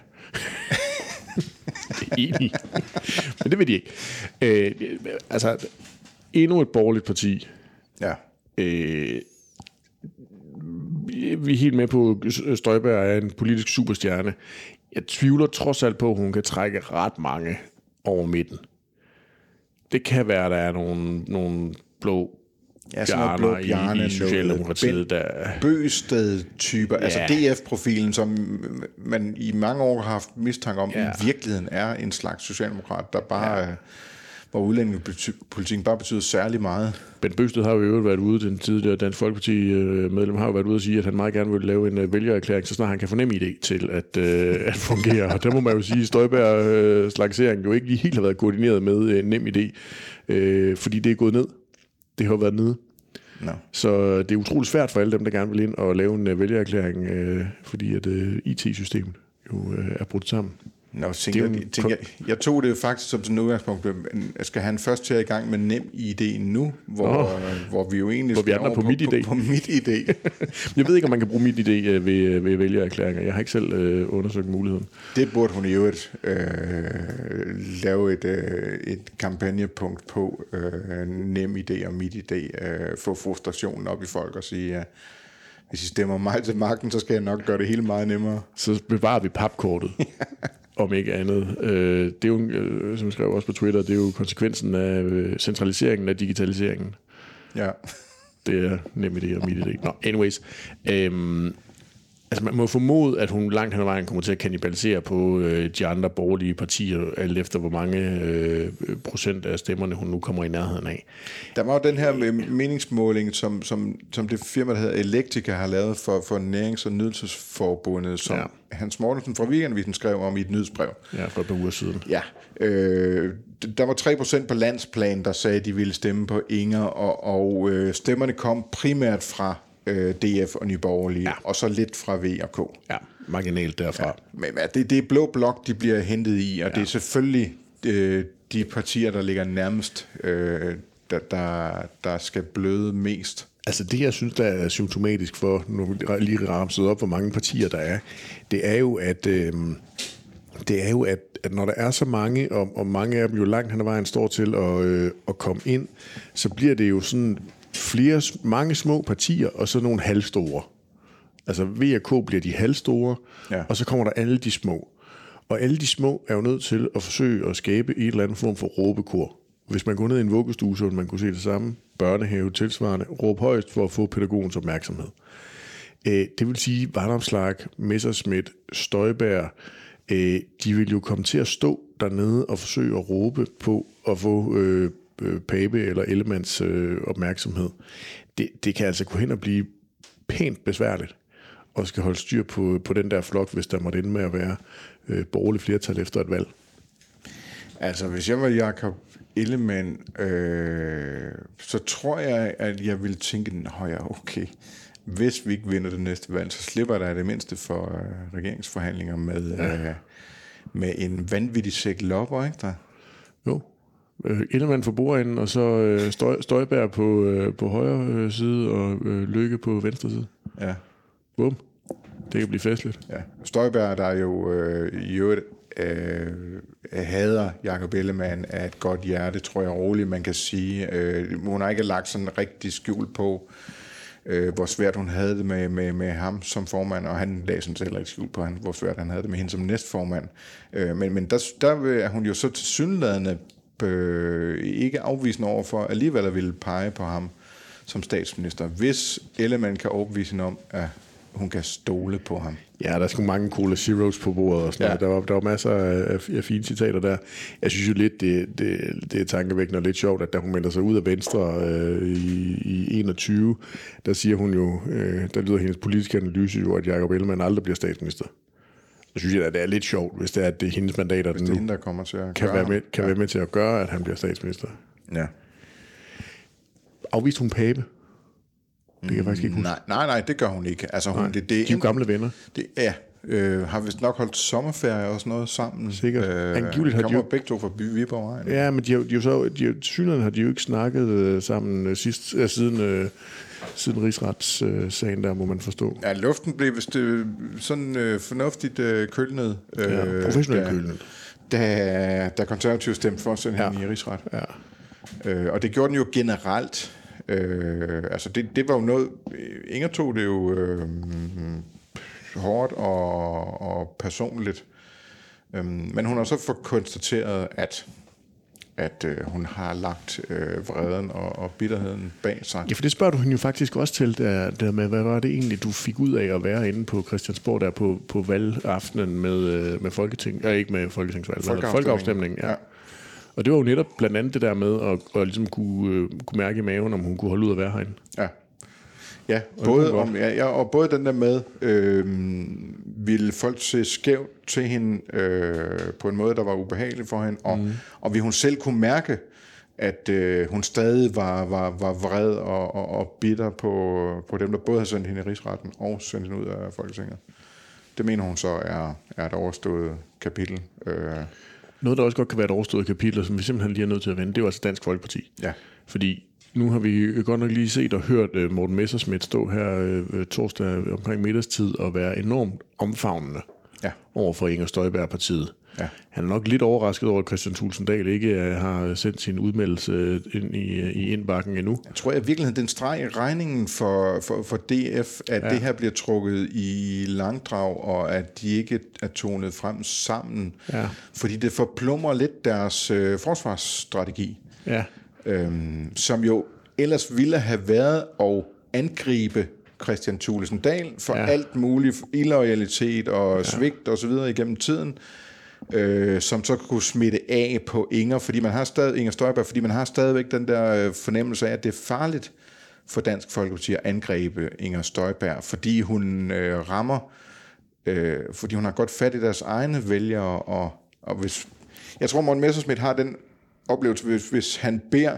Det er enig. Men det ved de ikke. Øh, altså, endnu et borgerligt parti. Ja. Øh, vi er helt med på, at Støjberg er en politisk superstjerne. Jeg tvivler trods alt på, at hun kan trække ret mange over midten. Det kan være, at der er nogle, nogle blå ja, bjarner i, i Socialdemokratiet. Der... Bøgested-typer, ja. Altså D F-profilen, som man i mange år har haft mistanke om, ja. i virkeligheden er en slags socialdemokrat, der bare... Ja. hvor udlændingepolitikken bare betyder særlig meget. Bent Bøgsted har jo øvrigt været ude, den tidligere Dansk Folkeparti-medlem har jo været ude og sige, at han meget gerne vil lave en vælgererklæring, så snart han kan få nem idé til at, øh, at fungere. Og der må man jo sige, at Støjbergs lancering jo ikke lige helt har været koordineret med en nem idé, øh, fordi det er gået ned. Det har været nede. No. Så det er utroligt svært for alle dem, der gerne vil ind og lave en vælgererklæring, øh, fordi at øh, I T-systemet jo øh, er brudt sammen. Nå, tænker, jeg, tænker, jeg, jeg tog det jo faktisk som sådan en udgangspunkt. Skal han først til i gang med nem I D nu, hvor, oh. hvor vi jo egentlig hvor vi er på, på mit I D. På, på mit I D. Jeg ved ikke, om man kan bruge mit I D ved, ved vælgererklæringer. Jeg har ikke selv øh, undersøgt muligheden. Det burde hun i øvrigt øh, lave et, øh, et kampagnepunkt på øh, nem I D og mit I D. Øh, få frustrationen op i folk og sige, at hvis I stemmer mig til magten, så skal jeg nok gøre det hele meget nemmere. Så bevarer vi papkortet. Om ikke andet. Det er jo, som jeg skrev også på Twitter, det er jo konsekvensen af centraliseringen af digitaliseringen. Ja. Det er nemlig det, og mit idé. Nå, anyways. Øhm, Altså man må formode, at hun langt hen ad vejen kommer til at kannibalisere på øh, de andre borgerlige partier, alt efter hvor mange øh, procent af stemmerne hun nu kommer i nærheden af. Der var jo den her meningsmåling, som, som, som det firma, der hedder Electica, har lavet for, for Nærings- og Nydelsesforbundet, som ja. Hans Mortensen fra Weekendavisen skrev om i et nyhedsbrev. Ja, for et par uger siden. Ja, øh, der var tre procent på landsplan, der sagde, at de ville stemme på Inger, og, og øh, stemmerne kom primært fra D F og Nye Borgerlige, ja. Og så lidt fra V og K. Ja, marginalt derfra. Ja, men det, det er blå blok, de bliver hentet i, og ja. Det er selvfølgelig øh, de partier, der ligger nærmest, øh, der, der, der skal bløde mest. Altså det, jeg synes, der er symptomatisk for, nu lige ramset op, hvor mange partier der er, det er jo, at, øh, det er jo, at, at når der er så mange, og, og mange af dem jo langt hen ad vejen står til at, øh, at komme ind, så bliver det jo sådan flere, mange små partier, og så nogle halvstore. Altså V og K bliver de halvstore, ja. Og så kommer der alle de små. Og alle de små er jo nødt til at forsøge at skabe en eller anden form for råbekor. Hvis man går ned i en vuggestue, så vil man kunne se det samme. Børnehave tilsvarende. Råb højst for at få pædagogens opmærksomhed. Det vil sige, Vanopslagh, Messerschmidt, Støjberg, de vil jo komme til at stå dernede og forsøge at råbe på at få øh, Pape eller Ellemanns øh, opmærksomhed. Det, det kan altså gå hen og blive pænt besværligt og skal holde styr på, på den der flok, hvis der måtte ende med at være øh, borgerlig flertal efter et valg. Altså, hvis jeg var Jakob Ellemann, øh, så tror jeg, at jeg ville tænke, højere, okay, hvis vi ikke vinder det næste valg, så slipper der det mindste for øh, regeringsforhandlinger med, ja. øh, med en vanvittig sæk lopper, ikke der? Jo. Ellemann for bordenden, og så øh, støj, Støjberg på, øh, på højre øh, side, og øh, Løkke på venstre side. Ja. Bum. Det kan blive festligt. Ja. Støjberg, der jo øh, i øvrigt øh, hader Jakob Ellemann af et godt hjerte, tror jeg roligt, man kan sige. Øh, hun har ikke lagt sådan rigtig skjul på, øh, hvor svært hun havde det med, med, med ham som formand, og han lagde sådan heller ikke skjul på, han, hvor svært han havde det med hende som næstformand. Øh, men men der, der er hun jo så tilsyneladende øh, ikke afvisende over for alligevel at ville pege på ham som statsminister, hvis Ellemann kan overbevise hende om, at hun kan stole på ham. Ja, der er sgu mange Cola Zeros på bordet og sådan ja. noget. Der var, der var masser af, af fine citater der. Jeg synes jo lidt, det, det, det er tankevækkende og lidt sjovt, at da hun melder sig ud af Venstre øh, i, i enogtyve, der siger hun jo, øh, der lyder hendes politiske analyse jo, at Jakob Ellemann aldrig bliver statsminister. Så synes jeg, at det er lidt sjovt, hvis det er, at det er hendes mandater, hvis det er hende, der kommer til at kan, gøre være med, kan ja. være med til at gøre, at han bliver statsminister. Ja. Afviste hun Pape? Det kan jeg faktisk ikke huske. Nej, nej, nej, det gør hun ikke. Altså, hun, nej, det, det, de er jo gamle venner. Det, ja, øh, har vist nok holdt sommerferie og sådan noget sammen. Sikkert. Øh, Angiveligt har de jo begge to fra Viborg. Ja, men de har, de har så, de har, synligheden har de jo ikke snakket øh, sammen øh, sidst, øh, siden, øh, siden rigsretssagen øh, der, må man forstå. Ja, luften blev vist øh, sådan øh, fornuftigt øh, kølnet. Øh, ja, professionelt kølnet. Da, da konservative stemte for at sende ja. hende i rigsret. Ja. Øh, og det gjorde den jo generelt. Øh, altså det, det var jo noget, Inger tog det jo øh, hårdt og, og personligt, øh, men hun har så fået konstateret, at, at øh, hun har lagt øh, vreden og, og bitterheden bag sig. Ja, for det spørger du hende jo faktisk også til, der, der med, hvad var det egentlig, du fik ud af at være inde på Christiansborg, der på, på valgaftenen med, med Folketing, ja, ikke med folketingsvalg, men folkeafstemningen, ja. ja. Og det var jo netop blandt andet det der med at, at ligesom kunne, øh, kunne mærke i maven, om hun kunne holde ud at være herinde. Ja, ja, både, om, ja, ja og både den der med, øh, ville folk se skævt til hende øh, på en måde, der var ubehagelig for hende, og, mm. og ville hun selv kunne mærke, at øh, hun stadig var, var, var vred og, og, og bitter på, på dem, der både havde sendt hende i rigsretten og sendt hende ud af Folketinget. Det mener hun så er, er et overstået kapitel. Øh, Noget, der også godt kan være et overstået kapitel, som vi simpelthen lige er nødt til at vende, det er jo altså Dansk Folkeparti. Ja. Fordi nu har vi godt nok lige set og hørt uh, Morten Messerschmidt stå her uh, torsdag omkring middagstid og være enormt omfavnende ja. over for Inger Støjberg-partiet. Ja. Han er nok lidt overrasket over, at Kristian Thulesen Dahl ikke uh, har sendt sin udmeldelse ind i, uh, i indbakken endnu. Jeg tror at virkelig, den streg i regningen for, for, for D F, at ja. det her bliver trukket i langdrag, og at de ikke er tonet frem sammen. Ja. Fordi det forplumrer lidt deres øh, forsvarsstrategi. Ja. Øhm, som jo ellers ville have været at angribe Kristian Thulesen Dahl for Ja. alt muligt illoyalitet og ja. svigt og så videre igennem tiden, øh, som så kunne smitte af på Inger, fordi man har stadig, Inger Støjberg, fordi man har stadigvæk den der fornemmelse af, at det er farligt for Dansk Folkeparti at angribe Inger Støjberg, fordi hun øh, rammer, øh, fordi hun har godt fat i deres egne vælgere, og, og hvis, jeg tror, Morten Messerschmidt har den oplevelse, hvis, hvis han beder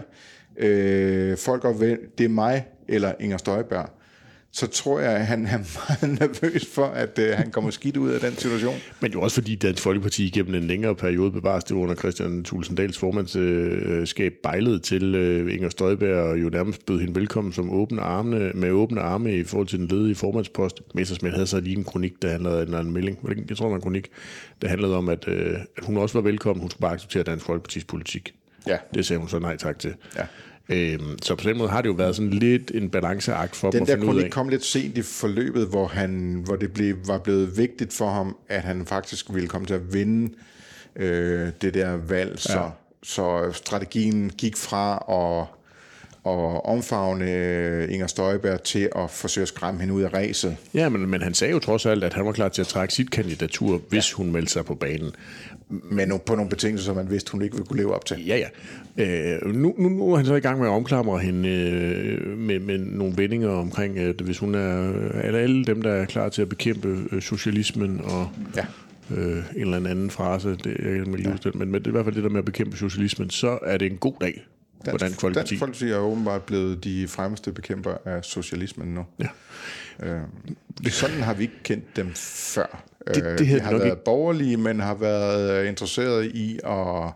øh, folk at vælge, det er mig eller Inger Støjberg, så tror jeg, at han er meget nervøs for, at øh, han kommer skidt ud af den situation. Men jo også fordi Dansk Folkeparti gennem en længere periode bevares det under Kristian Thulesen Dahls formandskab bejlede til øh, Inger Støjberg, og jo nærmest bød hende velkommen som åbne arme, med åbne arme i forhold til den ledige formandspost. Messerschmidt havde så lige en kronik, der handlede eller en melding. Jeg tror, det var en kronik, der handlede om, at, øh, at hun også var velkommen. Hun skulle bare acceptere Dansk Folkepartis politik. Ja. Det sagde hun så nej tak til. Ja. Øhm, så på den måde har det jo været sådan lidt en balanceakt for den dem at finde ud af. Den der kronik kom lidt sent i forløbet, hvor, han, hvor det blev, var blevet vigtigt for ham, at han faktisk ville komme til at vinde øh, det der valg. Ja. Så, så strategien gik fra at, at omfavne Inger Støjberg til at forsøge at skræmme hende ud af ræset. Ja, men, men han sagde jo trods alt, at han var klar til at trække sit kandidatur, hvis ja. hun meldte sig på banen. Men på nogle betingelser, som man vidste, hun ikke ville kunne leve op til. Ja, ja. Øh, nu, nu, nu er han så i gang med at omklamre hende øh, med, med nogle vendinger omkring, at hvis hun er alle, alle dem, der er klar til at bekæmpe øh, socialismen og ja. øh, en eller anden frase, det, jeg kan ikke ja. men, men det er i hvert fald det der med at bekæmpe socialismen, så er det en god dag for Dansk, Dansk Folkeparti. Dansk Folkeparti er åbenbart blevet de fremmeste bekæmper af socialismen nu. Ja. Øh, sådan har vi ikke kendt dem før. Det, det de har været ikke borgerlige, men har været interesseret i at,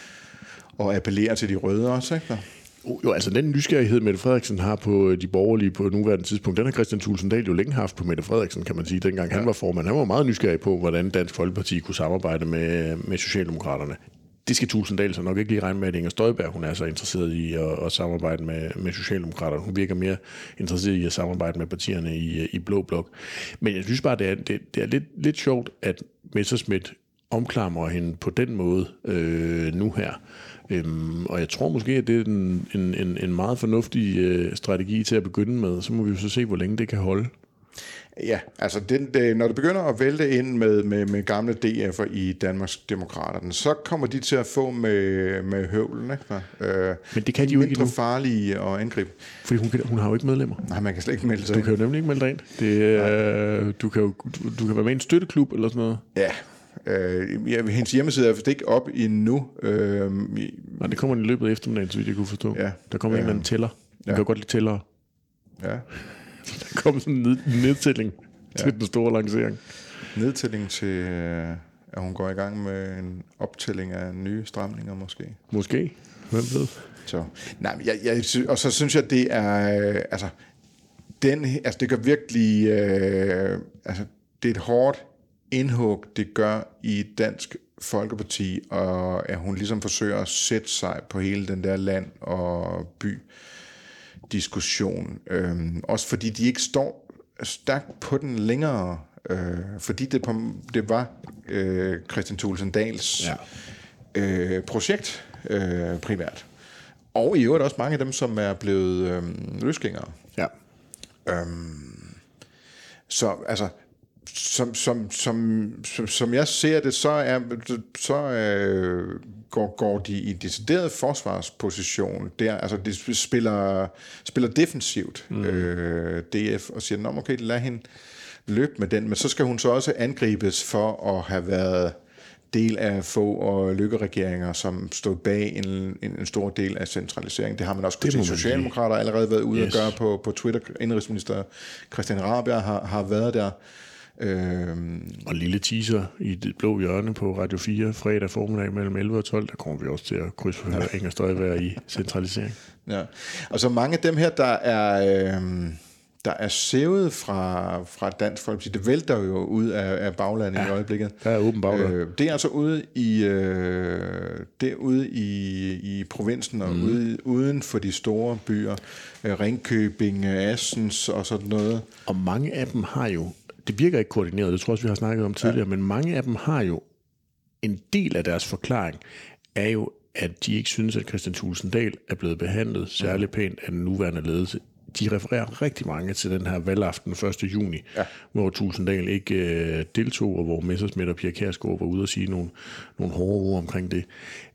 at appellere til de røde også, ikke? Jo, altså den nysgerrighed, Mette Frederiksen har på de borgerlige på nuværende tidspunkt, den har Kristian Thulesen Dahl jo længe haft på Mette Frederiksen, kan man sige, dengang ja. han var formand. Han var meget nysgerrig på, hvordan Dansk Folkeparti kunne samarbejde med, med Socialdemokraterne. Det skal Thulesen Dahl så nok ikke lige regne med, at Inger Støjberg, hun er så interesseret i at, at samarbejde med, med Socialdemokraterne. Hun virker mere interesseret i at samarbejde med partierne i, i Blå Blok. Men jeg synes bare, det er, det, det er lidt, lidt sjovt, at Messerschmidt omklamrer hende på den måde øh, nu her. Øhm, og jeg tror måske, at det er en, en, en meget fornuftig øh, strategi til at begynde med. Så må vi jo så se, hvor længe det kan holde. Ja, altså den, det, når det begynder at vælte ind med, med, med gamle D F'er i Danmarks Demokraterne, så kommer de til at få med, med høvlen, ikke? Øh, Men det kan de jo ikke mindre farlige at angribe. Fordi hun, hun har jo ikke medlemmer. Nej, man kan slet ikke melde sig Du ind. kan jo nemlig ikke melde dig ind. Det, øh, du, kan jo, du, du kan være med i en støtteklub eller sådan noget. Ja. Øh, ja, hendes hjemmeside er vist ikke op endnu. Øh, Nej, det kommer i løbet af eftermiddagen, så vidt jeg kunne forstå. Ja. Der kommer ja. en eller anden tæller. Du ja. kan godt lide tællere. Ja. Der kommer sådan en ned- nedtælling ja. til den store lancering. Nedtælling til, at hun går i gang med en optælling af nye stramninger måske. Måske. Hvem ved? Så, nej, jeg, jeg, og så synes jeg, det er, øh, altså, den, altså det gør virkelig, øh, altså det er et hårdt indhug, det gør i Dansk Folkeparti, og at hun ligesom forsøger at sætte sig på hele den der land- og by-diskussion. Øhm, også fordi de ikke står stærkt på den længere, øh, fordi det, på, det var øh, Kristian Thulesen Dahls ja. øh, projekt øh, primært. Og i øvrigt også mange af dem, som er blevet øh, løsgængere. Ja. Øhm, så altså Som, som, som, som, som jeg ser det, så, er, så øh, går, går de i en decideret forsvarsposition der. Altså, de spiller, spiller defensivt, mm. øh, D F, og siger, nå, okay, lad hende løbe med den. Men så skal hun så også angribes for at have været del af få og lykkeregeringer, som stod bag en, en, en stor del af centralisering. Det har man også kunnet se. Socialdemokrater allerede været ude yes. at gøre på, på Twitter. Indrigsminister Christian Rabjerg har, har været der. Øhm. Og en lille teaser i det blå hjørne på Radio fire fredag formiddag mellem elleve og tolv, der kommer vi også til at krydsforhøre ja. Inger Støjberg i centralisering. Ja. Og så mange af dem her, der er, øhm, der er sævet fra, fra Dansk Folkeparti, det vælter jo ud af, af baglandet ja. i øjeblikket. Der er åben bagland. Øh, det er altså ude i, øh, det er ude i, i provinsen og mm. ude, uden for de store byer. Øh, Ringkøbing, Assens og sådan noget. Og mange af dem har jo, det virker ikke koordineret, det tror jeg også, vi har snakket om tidligere, ja. men mange af dem har jo, en del af deres forklaring er jo, at de ikke synes, at Kristian Thulesen Dahl er blevet behandlet særlig pænt af den nuværende ledelse de refererer rigtig mange til den her valgaften første juni, ja. hvor Tulsendal ikke øh, deltog, og hvor Messerschmidt og Pia Kjærsgaard var ude og sige nogle, nogle hårde ord omkring det.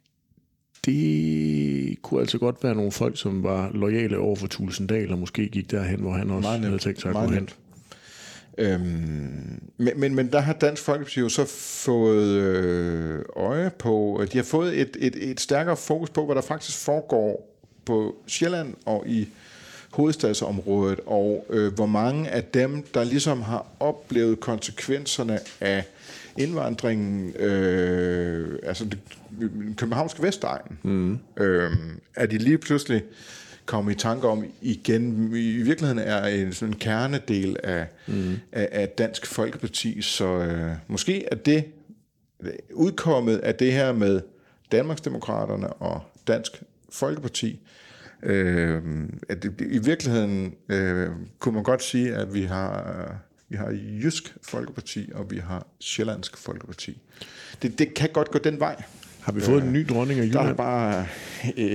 Det kunne altså godt være nogle folk, som var loyale over for Tulsendal, og måske gik derhen, hvor han også havde tænkt sig at gå hen. Øhm, men, men, men der har Dansk Folkeparti jo så fået øh, øje på, de har fået et, et, et stærkere fokus på, hvad der faktisk foregår på Sjælland og i hovedstadsområdet, og øh, hvor mange af dem, der ligesom har oplevet konsekvenserne af indvandringen, øh, altså det, den københavnske Vestegn, mm. øh, er de lige pludselig kommet i tanke om igen, i virkeligheden er en sådan en kernedel af, mm. af, af Dansk Folkeparti, så øh, måske er det udkommet af det her med Danmarksdemokraterne og Dansk Folkeparti. Øh, at det, i virkeligheden øh, kunne man godt sige, at vi har vi har Jysk Folkeparti og vi har Sjællandsk Folkeparti. Det, det kan godt gå den vej. Har vi fået øh, en ny dronning af Jylland? Der er bare øh,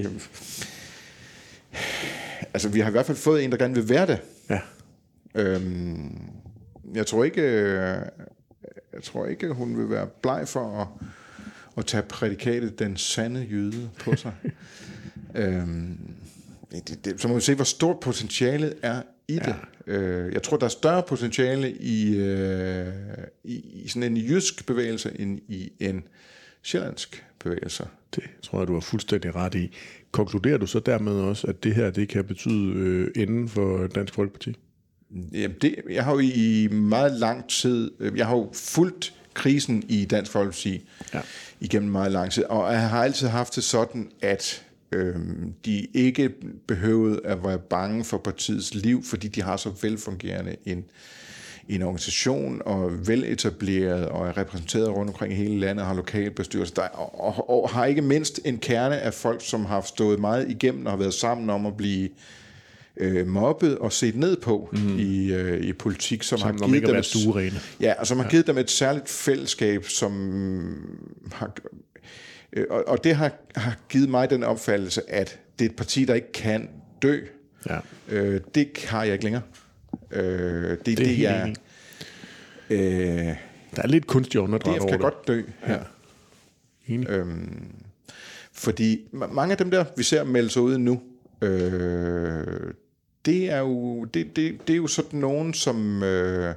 altså vi har i hvert fald fået en, der gerne vil være det. Ja. Øhm, jeg tror ikke jeg tror ikke hun vil være bleg for at, at tage prædikatet den sande jøde på sig. øhm, det, det, så må vi se, hvor stort potentialet er i ja. det. Øh, jeg tror, der er større potentiale i, øh, i, i sådan en jysk bevægelse end i en sjællandsk bevægelse. Det tror jeg, du har fuldstændig ret i. Konkluderer du så dermed også, at det her det kan betyde øh, enden for Dansk Folkeparti? Jamen det, jeg har jo i meget lang tid, jeg har jo fulgt krisen i Dansk Folkeparti ja. igennem meget lang tid, og jeg har altid haft det sådan, at øhm, de ikke behøvede at være bange for partiets liv, fordi de har så velfungerende en, en organisation, og veletableret og er repræsenteret rundt omkring i hele landet, og har lokalbestyrelser, der, og, og, og har ikke mindst en kerne af folk, som har stået meget igennem og har været sammen om at blive øh, mobbet og set ned på mm. i, øh, i politik, som, som har givet dem et, ja, og som har ja. givet dem et særligt fællesskab, som har, øh, og, og det har, har givet mig den opfattelse, at det er et parti, der ikke kan dø. Ja. Øh, det har jeg ikke længere. Øh, det, det, det er øh, der er lidt kunstig underdrejet over det. Det kan godt dø. Ja. Øhm, fordi mange af dem der, vi ser melde sig ud nu, øh, det er jo det, det, det er jo sådan nogen, som øh,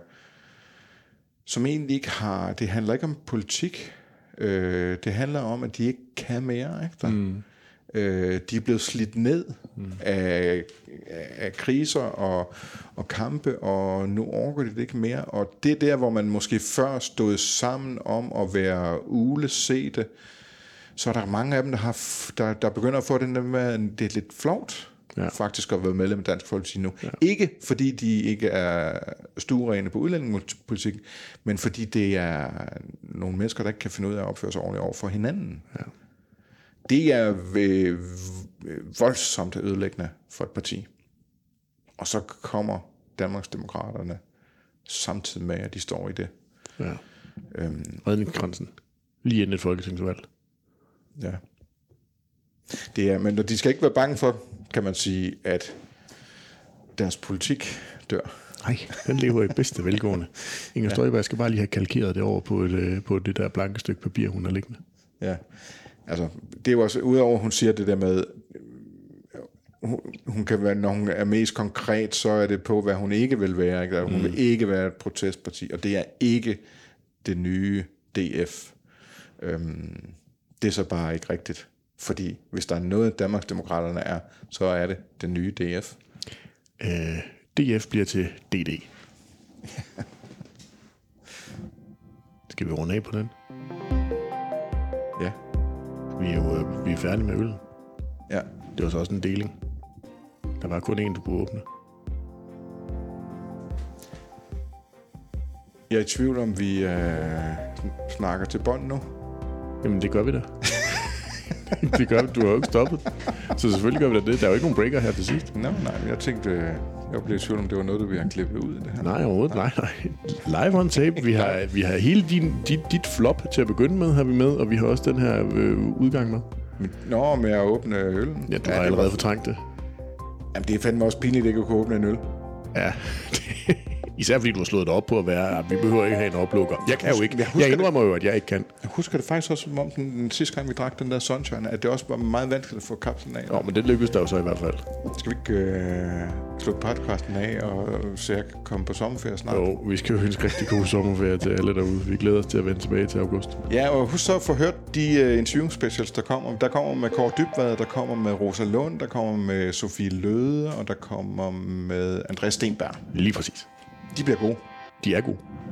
som egentlig ikke har. Det handler ikke om politik. Øh, det handler om, at de ikke kan mere. Ikke? Mm. Øh, de er blevet slidt ned mm. af, af kriser og, og kampe, og nu overgår de det ikke mere. Og det er der, hvor man måske før stod sammen om at være ulesete, så er der mange af dem, der, har, der, der begynder at få den der med, det er lidt flovt, ja. faktisk at være medlem af Dansk Folkeparti nu. Ja. Ikke fordi de ikke er stuerene på udlændingepolitik, men fordi det er nogle mennesker, der ikke kan finde ud af at opføre sig ordentligt over for hinanden. Ja. Det er øh, voldsomt ødelæggende for et parti. Og så kommer Danmarksdemokraterne samtidig med, at de står i det. Ja. Øhm, Redningskransen. Lige inden et folketingsvalg. Ja. Det er, men de skal ikke være bange for, kan man sige, at deres politik dør. Nej, den lever i bedste velgående. Inger Støjberg ja. skal bare lige have kalkeret det over på, et, på det der blanke stykke papir, hun har liggende. Ja. Altså, det er jo også, udover hun siger det der med, hun, hun kan være, når hun er mest konkret, så er det på, hvad hun ikke vil være. Ikke? Hun mm. vil ikke være et protestparti, og det er ikke det nye D F. Øhm, det er så bare ikke rigtigt. Fordi hvis der er noget, Danmarksdemokraterne er, så er det det nye D F. Øh, D F bliver til D D. Skal vi runde af på den? Ja. Vi er jo øh, vi er færdige med øl. Ja. Det var så også en deling. Der var kun en, du kunne åbne. Jeg er i tvivl om, vi øh, snakker til bånd nu. Jamen, det gør vi da. det gør vi. Du har jo ikke stoppet. Så selvfølgelig gør vi da det. Der er jo ikke nogen breaker her til sidst. Nå, nej, men jeg tænkte, jeg blev i tvivl om, det var noget, du ville have klippet ud af det her. Nej, overhovedet. Nej, nej. Live on tape. Vi har, vi har hele din, dit, dit flop til at begynde med, har vi med, og vi har også den her øh, udgang med. Nå, med at åbne øllen. Ja, du ja, har allerede var... fortrængt det. Jamen, det er fandme også pinligt, at ikke at kunne åbne en øl. Ja, især fordi du har slået dig op på at være, at vi behøver ikke have en oplukker. Jeg kan jo ikke. Jeg, jeg indrømmer jo, at jeg ikke kan. Jeg husker det faktisk også, som om den, den sidste gang, vi drak den der Sunshine, at det også var meget vanskeligt at få kapslen af. Nå, men det lykkedes der jo så i hvert fald. Skal vi ikke øh, slukke podcasten af, og så jeg kan komme på sommerferie snart? Jo, vi skal jo ønske rigtig god sommerferie til alle derude. Vi glæder os til at vende tilbage til august. Ja, og husk så at få hørt de uh, interview-specials, der kommer. Der kommer med Kåre Dybvad, der kommer med Rosa Lund, der kommer med Sofie Løde, og der kommer med Andreas Stenberg. Lige præcis. De bliver gode. De er gode.